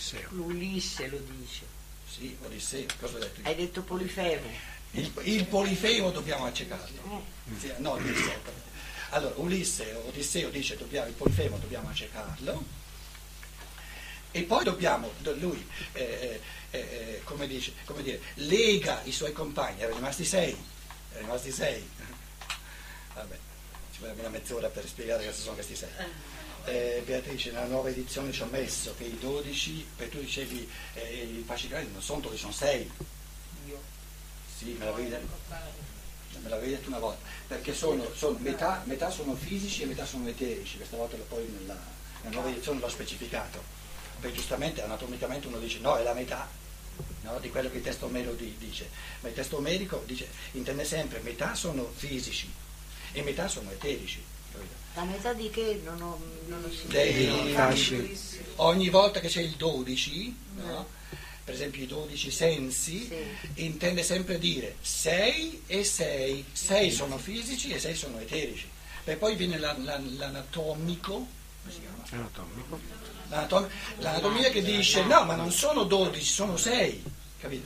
L'Ulisse lo dice. Sì, Odisseo, cosa ho detto io? Hai detto Polifemo. Il Polifemo dobbiamo accecarlo. Sì, no, Odisseo. Allora, Odisseo dice il Polifemo dobbiamo accecarlo e poi lui come dire, lega i suoi compagni, erano rimasti sei. Vabbè, ci vuole una mezz'ora per spiegare cosa sono questi sei. Beatrice, nella nuova edizione ci ho messo che i 12, perché tu dicevi i pacificati non sono 12, sono 6. Io. Sì, me l'avevi detto una volta, perché sono metà sono fisici e metà sono eterici, questa volta poi nella nuova edizione l'ho specificato, perché giustamente anatomicamente uno dice no, è la metà, no, di quello che il testo omerico dice, ma il testo omerico intende sempre metà sono fisici e metà sono eterici. La metà di che non lo si ogni volta che c'è il 12, no? Per esempio i 12 sensi, sì, intende sempre dire 6 e 6, 6 sono fisici e 6 sono eterici. E poi viene l'anatomico, come si chiama? L'anatomia che dice no, ma non sono 12, sono 6, capito?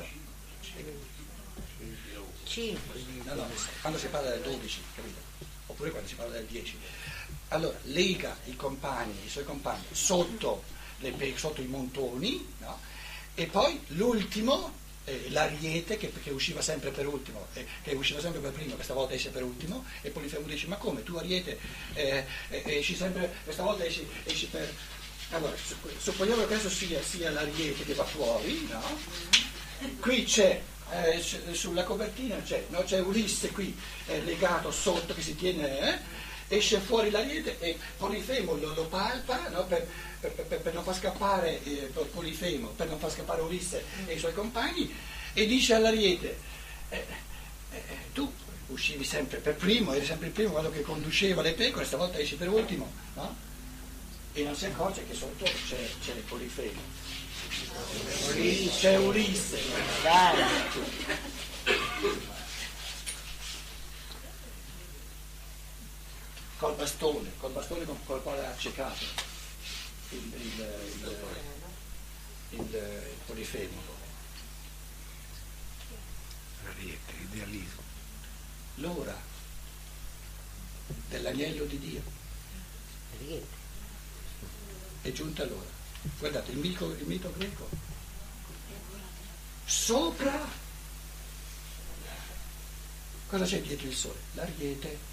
5. No, quando si parla del 12, capito? Oppure quando si parla del 10. Allora, lega i suoi compagni sotto i montoni, no? E poi l'ultimo, l'ariete, che usciva sempre per ultimo, che usciva sempre per primo, questa volta esce per ultimo, e Polifemo dice, ma come, tu ariete esci sempre, questa volta esci per... Allora, supponiamo che adesso sia l'ariete che va fuori, no? Qui c'è, sulla copertina c'è Ulisse qui, legato sotto, che si tiene... esce fuori l'ariete e Polifemo lo palpa, no, per non far scappare Polifemo, per non far scappare Ulisse e i suoi compagni, e dice all'ariete tu uscivi sempre per primo, eri sempre il primo, quello che conduceva le pecore, stavolta esci per ultimo, no? E non si accorge che sotto c'è Polifemo, c'è Ulisse. Col bastone col quale ha accecato il Polifemo. Ariete, idealismo. L'ora dell'agnello di Dio. Ariete. È giunta l'ora. Guardate, il mito greco. Sopra cosa c'è dietro il sole? L'ariete.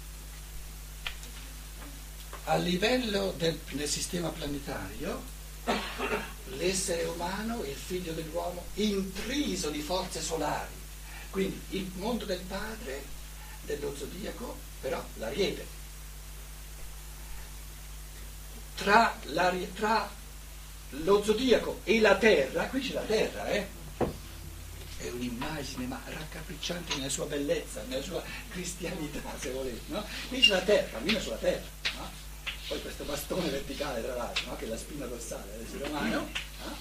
A livello del sistema planetario, l'essere umano, il figlio dell'uomo, intriso di forze solari, quindi il mondo del padre, dello zodiaco, però l'ariete. Tra lo zodiaco e la terra, qui c'è la terra, è un'immagine ma raccapricciante nella sua bellezza, nella sua cristianità, se volete, no? Qui c'è la terra, cammina sulla terra, no? Poi questo bastone verticale tra l'altro, no? Che è la spina dorsale dell'essere umano, no?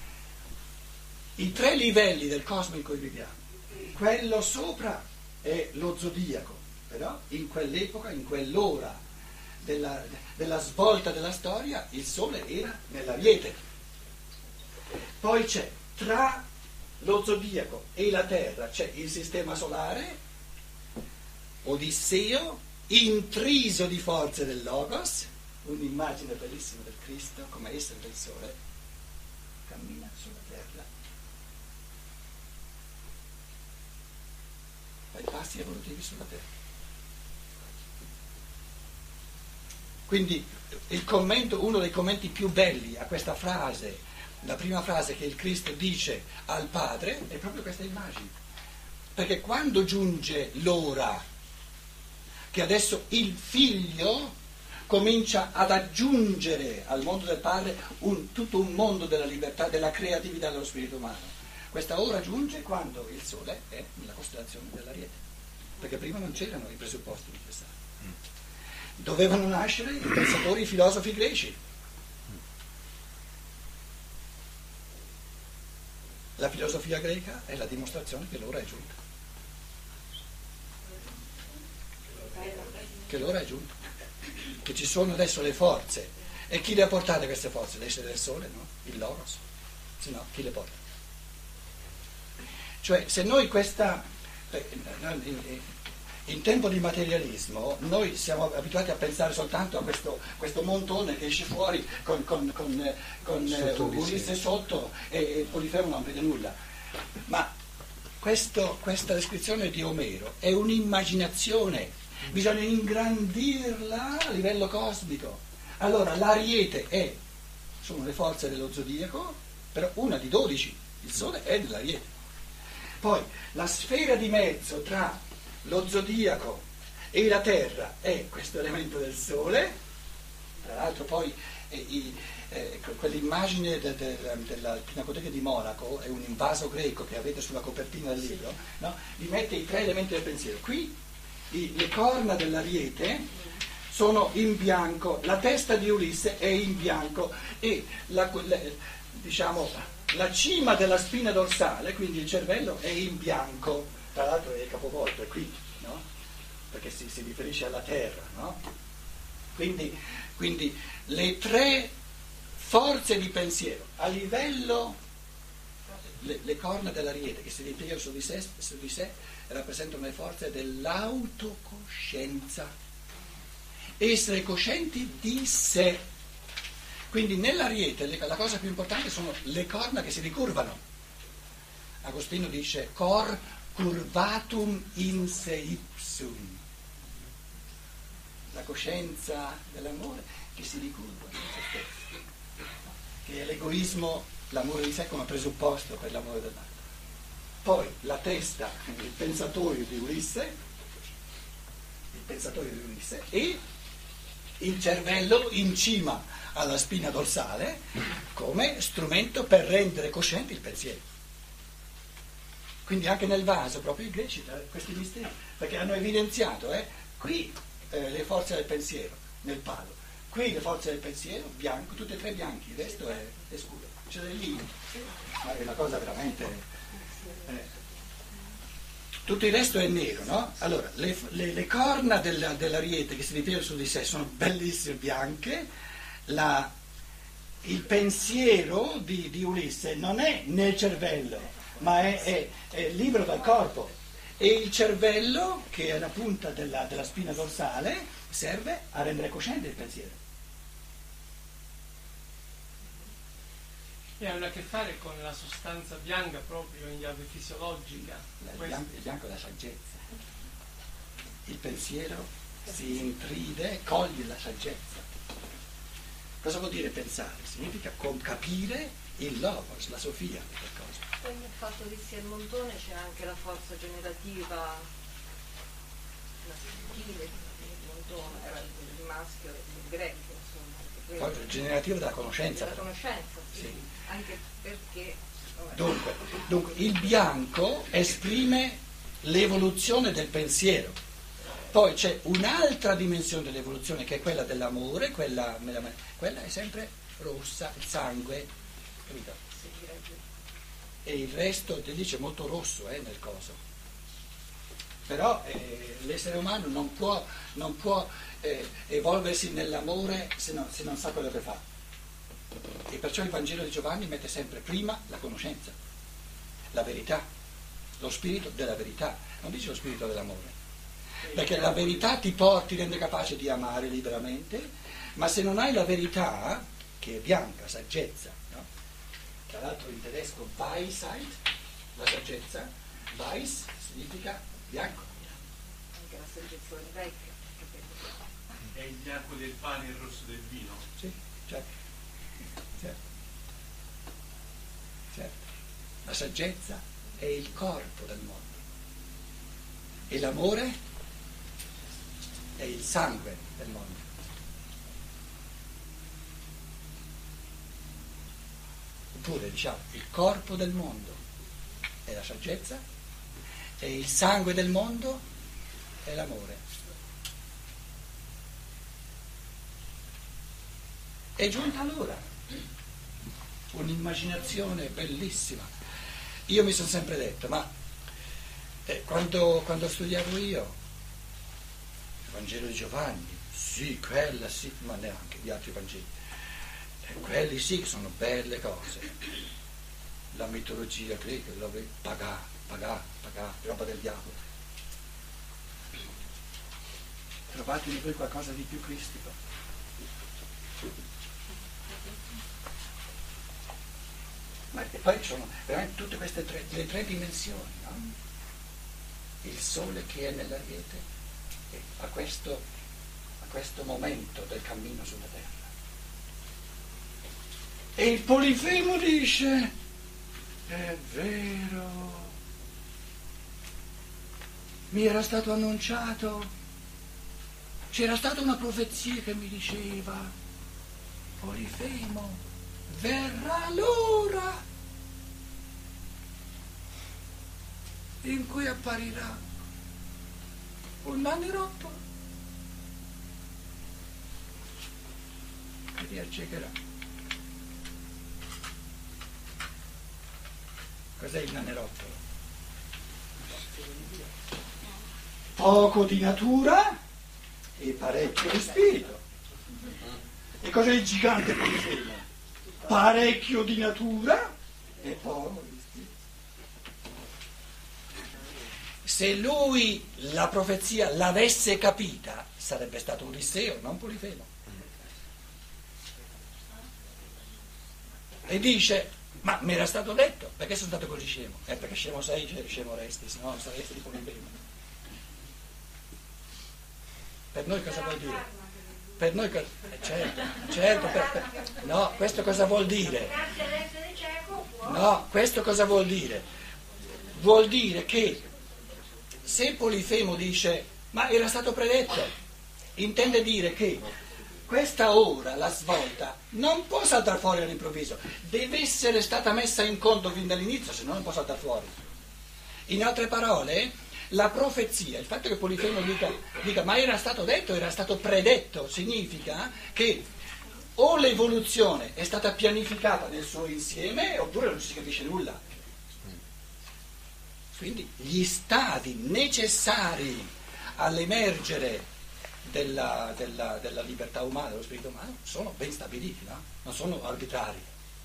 I 3 livelli del cosmo in cui viviamo, quello sopra è lo zodiaco, però in quell'epoca, in quell'ora della svolta della storia, il sole era nell'ariete. Poi c'è tra lo zodiaco e la terra c'è il sistema solare, Odisseo, intriso di forze del Logos, un'immagine bellissima del Cristo come essere del sole, cammina sulla terra. Fa i passi evolutivi sulla terra. Quindi uno dei commenti più belli a questa frase, la prima frase che il Cristo dice al Padre, è proprio questa immagine. Perché quando giunge l'ora che adesso il figlio comincia ad aggiungere al mondo del padre tutto un mondo della libertà, della creatività dello spirito umano. Questa ora giunge quando il sole è nella costellazione dell'Ariete, perché prima non c'erano i presupposti necessari. Dovevano nascere i pensatori, i filosofi greci. La filosofia greca è la dimostrazione che l'ora è giunta. Che l'ora è giunta, che ci sono adesso le forze. E chi le ha portate queste forze? L'essere del sole, no? Il Logos. se no chi le porta? Cioè, se noi in tempo di materialismo noi siamo abituati a pensare soltanto a questo montone che esce fuori con Ulisse sotto e Polifemo non vede nulla. Ma questa descrizione di Omero è un'immaginazione, bisogna ingrandirla a livello cosmico. Allora l'Ariete sono le forze dello zodiaco, però una di 12, il Sole è dell'Ariete. Poi la sfera di mezzo tra lo zodiaco e la Terra è questo elemento del Sole, tra l'altro poi quell'immagine della Pinacoteca di Monaco è un invaso greco che avete sulla copertina del libro, no? Vi mette i 3 elementi del pensiero. Qui le corna dell'Ariete sono in bianco, la testa di Ulisse è in bianco e la cima della spina dorsale, quindi il cervello, è in bianco, tra l'altro è capovolto, è qui, no? Perché si riferisce alla terra, no? Quindi le 3 forze di pensiero a livello, le corna dell'Ariete che si ripiegano su di sé rappresentano le forze dell'autocoscienza, essere coscienti di sé. Quindi nell'Ariete la cosa più importante sono le corna che si ricurvano. Agostino dice cor curvatum in se ipsum, la coscienza dell'amore che si ricurva in se stesso, che è l'egoismo, l'amore di sé come presupposto per l'amore dell'altro. Poi la testa, il pensatorio di Ulisse e il cervello in cima alla spina dorsale come strumento per rendere cosciente il pensiero. Quindi anche nel vaso, proprio i greci, questi misteri, perché hanno evidenziato qui le forze del pensiero nel palo, qui le forze del pensiero, bianco, tutte e 3 bianchi, il resto è scuro. C'è lì, ma è una cosa veramente... tutto il resto è nero, no? Allora, le corna dell'Ariete che si ripiegano su di sé sono bellissime bianche. Il pensiero di Ulisse non è nel cervello, ma è libero dal corpo, e il cervello, che è la punta della spina dorsale, serve a rendere cosciente il pensiero. E hanno a che fare con la sostanza bianca proprio in chiave fisiologica. Il bianco è la saggezza. Il pensiero si intride, coglie la saggezza. Cosa vuol dire pensare? Significa capire il logos, la sofia di qualcosa. Poi nel fatto che sia il montone c'è anche la forza generativa, la sottile, il montone era il maschio del greco, insomma. Forza generativa della conoscenza. Della conoscenza, sì. Sì. Anche perché... Dunque, il bianco esprime l'evoluzione del pensiero. Poi c'è un'altra dimensione dell'evoluzione che è quella dell'amore, quella è sempre rossa, il sangue, capito? E il resto ti dice molto rosso nel coso. Però l'essere umano non può evolversi nell'amore se non sa quello che fa. E perciò il Vangelo di Giovanni mette sempre prima la conoscenza, la verità, lo spirito della verità, non dice lo spirito dell'amore. Perché la verità ti rende capace di amare liberamente, ma se non hai la verità, che è bianca, saggezza, no? Tra l'altro in tedesco Weisheit, la saggezza, Weiss significa bianco. Anche la saggezza del vecchio. È il bianco del pane e il rosso del vino? Sì, certo. La saggezza è il corpo del mondo e l'amore è il sangue del mondo. Oppure diciamo il corpo del mondo è la saggezza e il sangue del mondo è l'amore. È giunta l'ora, un'immaginazione bellissima. Io mi sono sempre detto, ma quando studiavo io, il Vangelo di Giovanni, sì, quella sì, ma neanche di altri Vangeli, quelli sì che sono belle cose. la mitologia greca, pagà, roba del diavolo. Trovate in voi qualcosa di più cristico. Ma e poi ci sono veramente tutte queste le tre dimensioni, no? Il sole che è nell'Ariete e a questo momento del cammino sulla terra. E il Polifemo dice: è vero, mi era stato annunciato, c'era stata una profezia che mi diceva: Polifemo, verrà l'ora in cui apparirà un nanerottolo che ti accecherà. Cos'è il nanerottolo? Poco di natura e parecchio di spirito. E cos'è il gigante Polifemo? Parecchio di natura e poco di spirito. Se lui la profezia l'avesse capita, sarebbe stato Ulisseo, non Polifemo. E dice: ma mi era stato detto, perché sono stato così scemo? Perché scemo sei, cioè scemo resti, se no non saresti di Polifemo. Per noi cosa vuol dire? Per noi certo, no, questo cosa vuol dire? No, questo cosa vuol dire? Vuol dire che se Polifemo dice: ma era stato predetto, intende dire che questa ora, la svolta, non può saltare fuori all'improvviso, deve essere stata messa in conto fin dall'inizio, se no non può saltare fuori. In altre parole, la profezia, il fatto che Polifemo dica ma era stato detto, era stato predetto, significa che o l'evoluzione è stata pianificata nel suo insieme oppure non si capisce nulla. Quindi gli stadi necessari all'emergere della libertà umana, dello spirito umano, sono ben stabiliti, no? Non sono arbitrari.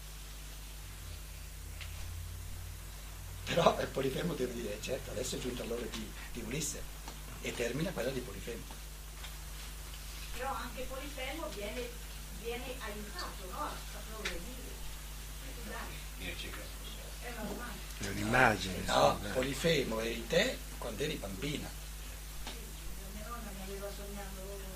Però il Polifemo deve dire: certo, adesso è giunta l'ora di Ulisse, e termina quella di Polifemo. Però anche Polifemo viene aiutato, no? A progredire. È normale. È un'immagine. No, sì, Polifemo eri te quando eri bambina. Mia nonna mi aveva sognato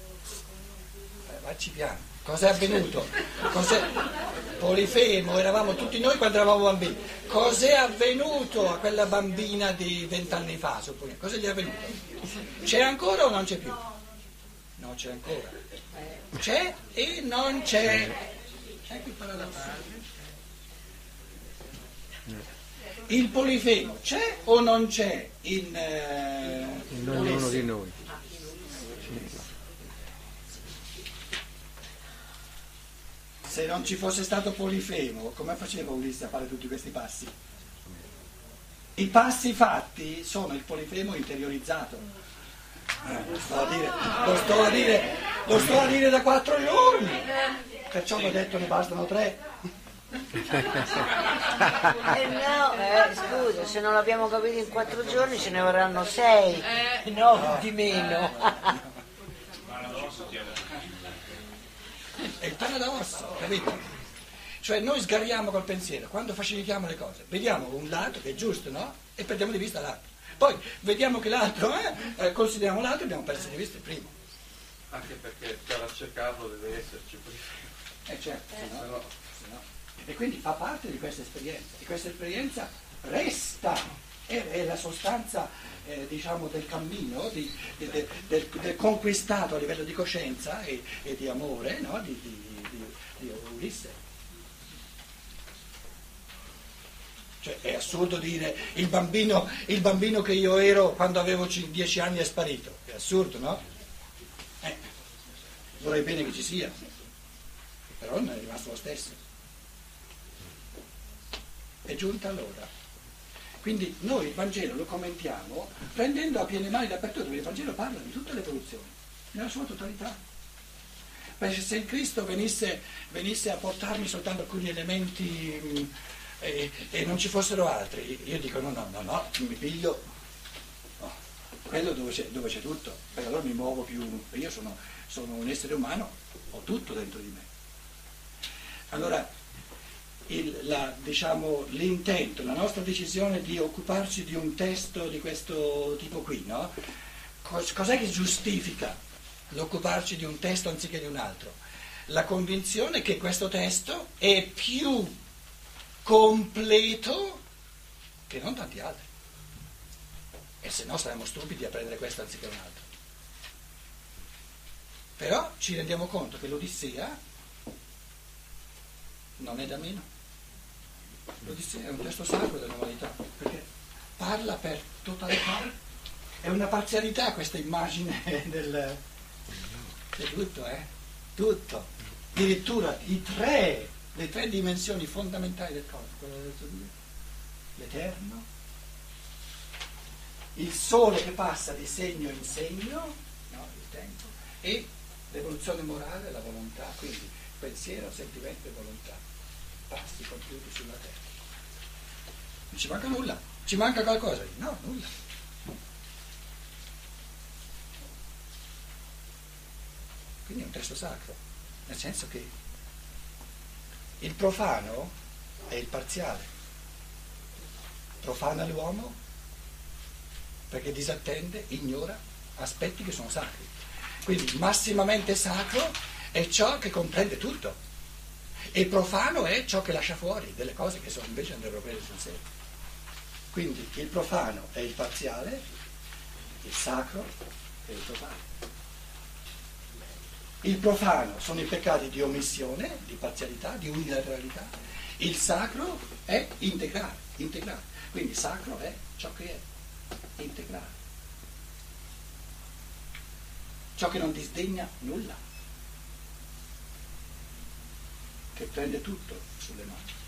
Vacci piano. Cos'è avvenuto? Polifemo, eravamo tutti noi quando eravamo bambini. Cos'è avvenuto a quella bambina di 20 anni fa? Supponiamo? Cosa gli è avvenuto? C'è ancora o non c'è più? No, c'è ancora. C'è e non c'è. Ecco il paradosso. Il Polifemo c'è o non c'è in ognuno di noi. Se non ci fosse stato Polifemo, come faceva Ulisse a fare tutti questi passi? I passi fatti sono il Polifemo interiorizzato. Lo sto a dire da 4 giorni. Perciò ho detto ne bastano 3. Scusa, se non l'abbiamo capito in 4 giorni ce ne vorranno 6, no, di meno. È il pane da osso, capito? Cioè noi sgarriamo col pensiero, quando facilitiamo le cose, vediamo un lato che è giusto, no? E perdiamo di vista l'altro. Poi vediamo che l'altro, consideriamo l'altro e abbiamo perso di vista il primo. Anche perché per accecarlo deve esserci prima. Certo, se no. E quindi fa parte di questa esperienza, e questa esperienza resta, è la sostanza diciamo del cammino, del conquistato a livello di coscienza e di amore, no? di Ulisse. Cioè è assurdo dire il bambino che io ero quando avevo 10 anni è sparito, è assurdo, no? Vorrei bene che ci sia, però non è rimasto lo stesso. È giunta l'ora. Quindi noi il Vangelo lo commentiamo prendendo a piene mani dappertutto, perché il Vangelo parla di tutta l'evoluzione, nella sua totalità. Perché se il Cristo venisse a portarmi soltanto alcuni elementi e non ci fossero altri, io dico no, mi piglio quello dove c'è tutto, perché allora mi muovo più, io sono un essere umano, ho tutto dentro di me. Allora l'intento, la nostra decisione di occuparci di un testo di questo tipo qui, no? Cos'è che giustifica l'occuparci di un testo anziché di un altro? La convinzione che questo testo è più completo che non tanti altri. E se no saremmo stupidi a prendere questo anziché un altro. Però ci rendiamo conto che l'Odissea non è da meno. L'Odissea è un testo sacro dell'umanità, perché parla per totalità. È una parzialità questa immagine del tutto, tutto. Addirittura le tre dimensioni fondamentali del corpo, quello che ho detto io, l'eterno, il sole che passa di segno in segno, no, il tempo, e l'evoluzione morale, la volontà, quindi pensiero, sentimento e volontà, passi compiuti sulla terra. Non ci manca nulla, ci manca qualcosa? No, nulla. Quindi è un testo sacro, nel senso che il profano è il parziale, profana l'uomo perché disattende, ignora aspetti che sono sacri. Quindi massimamente sacro è ciò che comprende tutto e profano è ciò che lascia fuori delle cose che sono invece andrebbero prese sul serio. Quindi il profano è il parziale, il sacro è il profano. Il profano sono i peccati di omissione, di parzialità, di unilateralità. Il sacro è integrare. Quindi sacro è ciò che è integrare. Ciò che non disdegna nulla, che prende tutto sulle mani.